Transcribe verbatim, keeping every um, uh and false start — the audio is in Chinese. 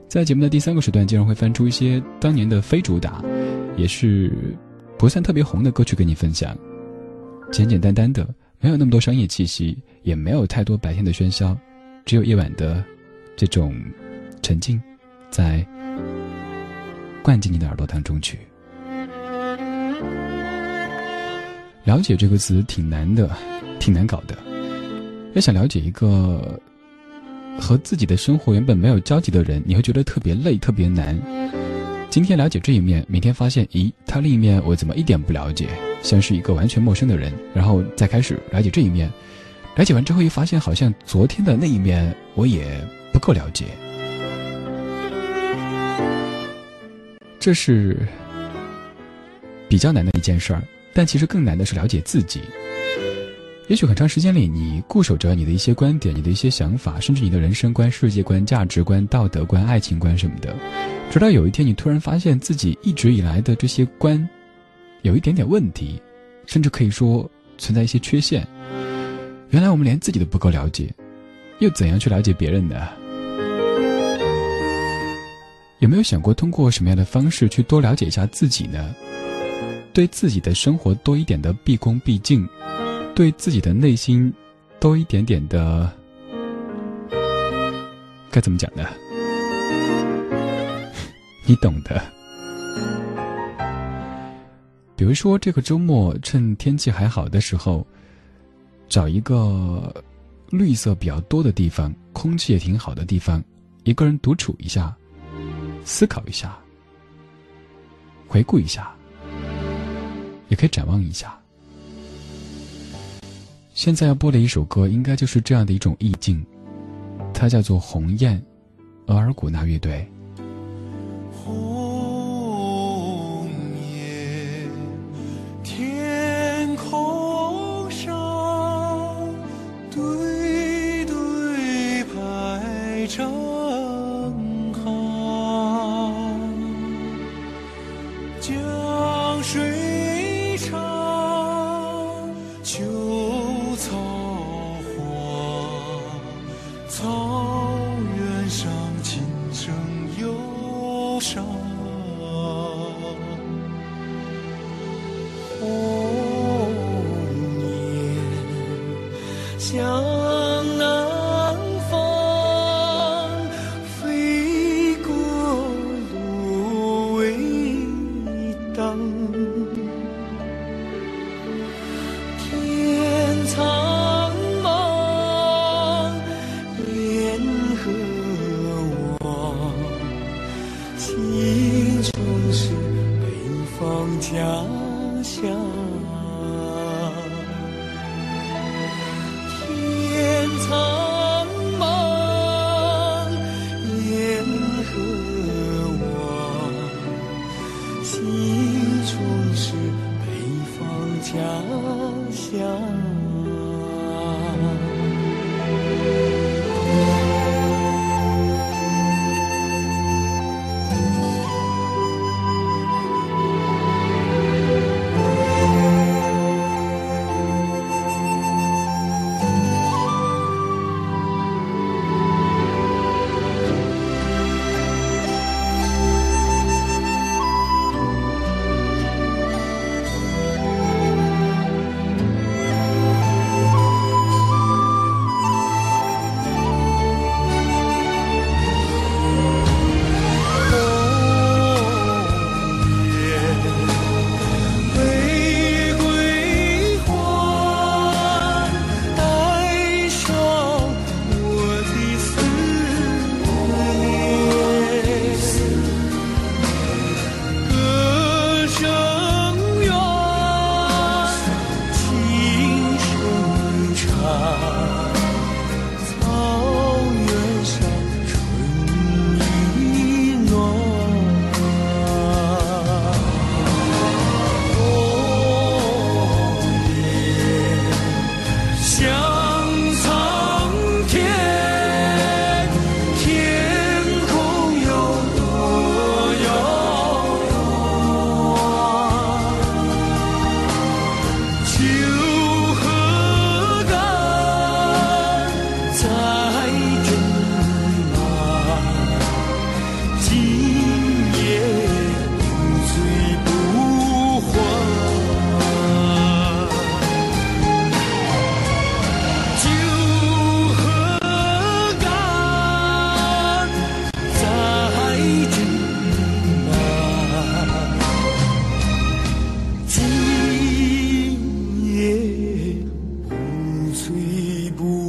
在节目的第三个时段，经常会翻出一些当年的非主打，也是不算特别红的歌曲跟你分享，简简单单的，没有那么多商业气息，也没有太多白天的喧嚣，只有夜晚的这种沉静，在灌进你的耳朵当中去。了解这个词挺难的，挺难搞的。要想了解一个和自己的生活原本没有交集的人，你会觉得特别累，特别难。今天了解这一面，明天发现，咦，他另一面我怎么一点不了解，像是一个完全陌生的人，然后再开始了解这一面，了解完之后一发现，好像昨天的那一面我也不够了解。这是比较难的一件事儿，但其实更难的是了解自己。也许很长时间里，你固守着你的一些观点，你的一些想法，甚至你的人生观、世界观、价值观、道德观、爱情观什么的，直到有一天你突然发现自己一直以来的这些观有一点点问题，甚至可以说存在一些缺陷。原来我们连自己都不够了解，又怎样去了解别人呢？有没有想过通过什么样的方式去多了解一下自己呢？对自己的生活多一点的毕恭毕敬，对自己的内心多一点点的，该怎么讲呢？你懂的。比如说这个周末趁天气还好的时候，找一个绿色比较多的地方，空气也挺好的地方，一个人独处一下，思考一下，回顾一下，也可以展望一下。现在要播的一首歌应该就是这样的一种意境，它叫做《鸿雁》，额尔古纳乐队。 鸿雁天空上对对排成行，江水长，秋草黄，草原上琴声忧伤。鸿雁向南方飞过芦苇荡，天苍茫，连河望，青春是北方家乡。天苍茫，连河望，青春是北方家乡。 水舞。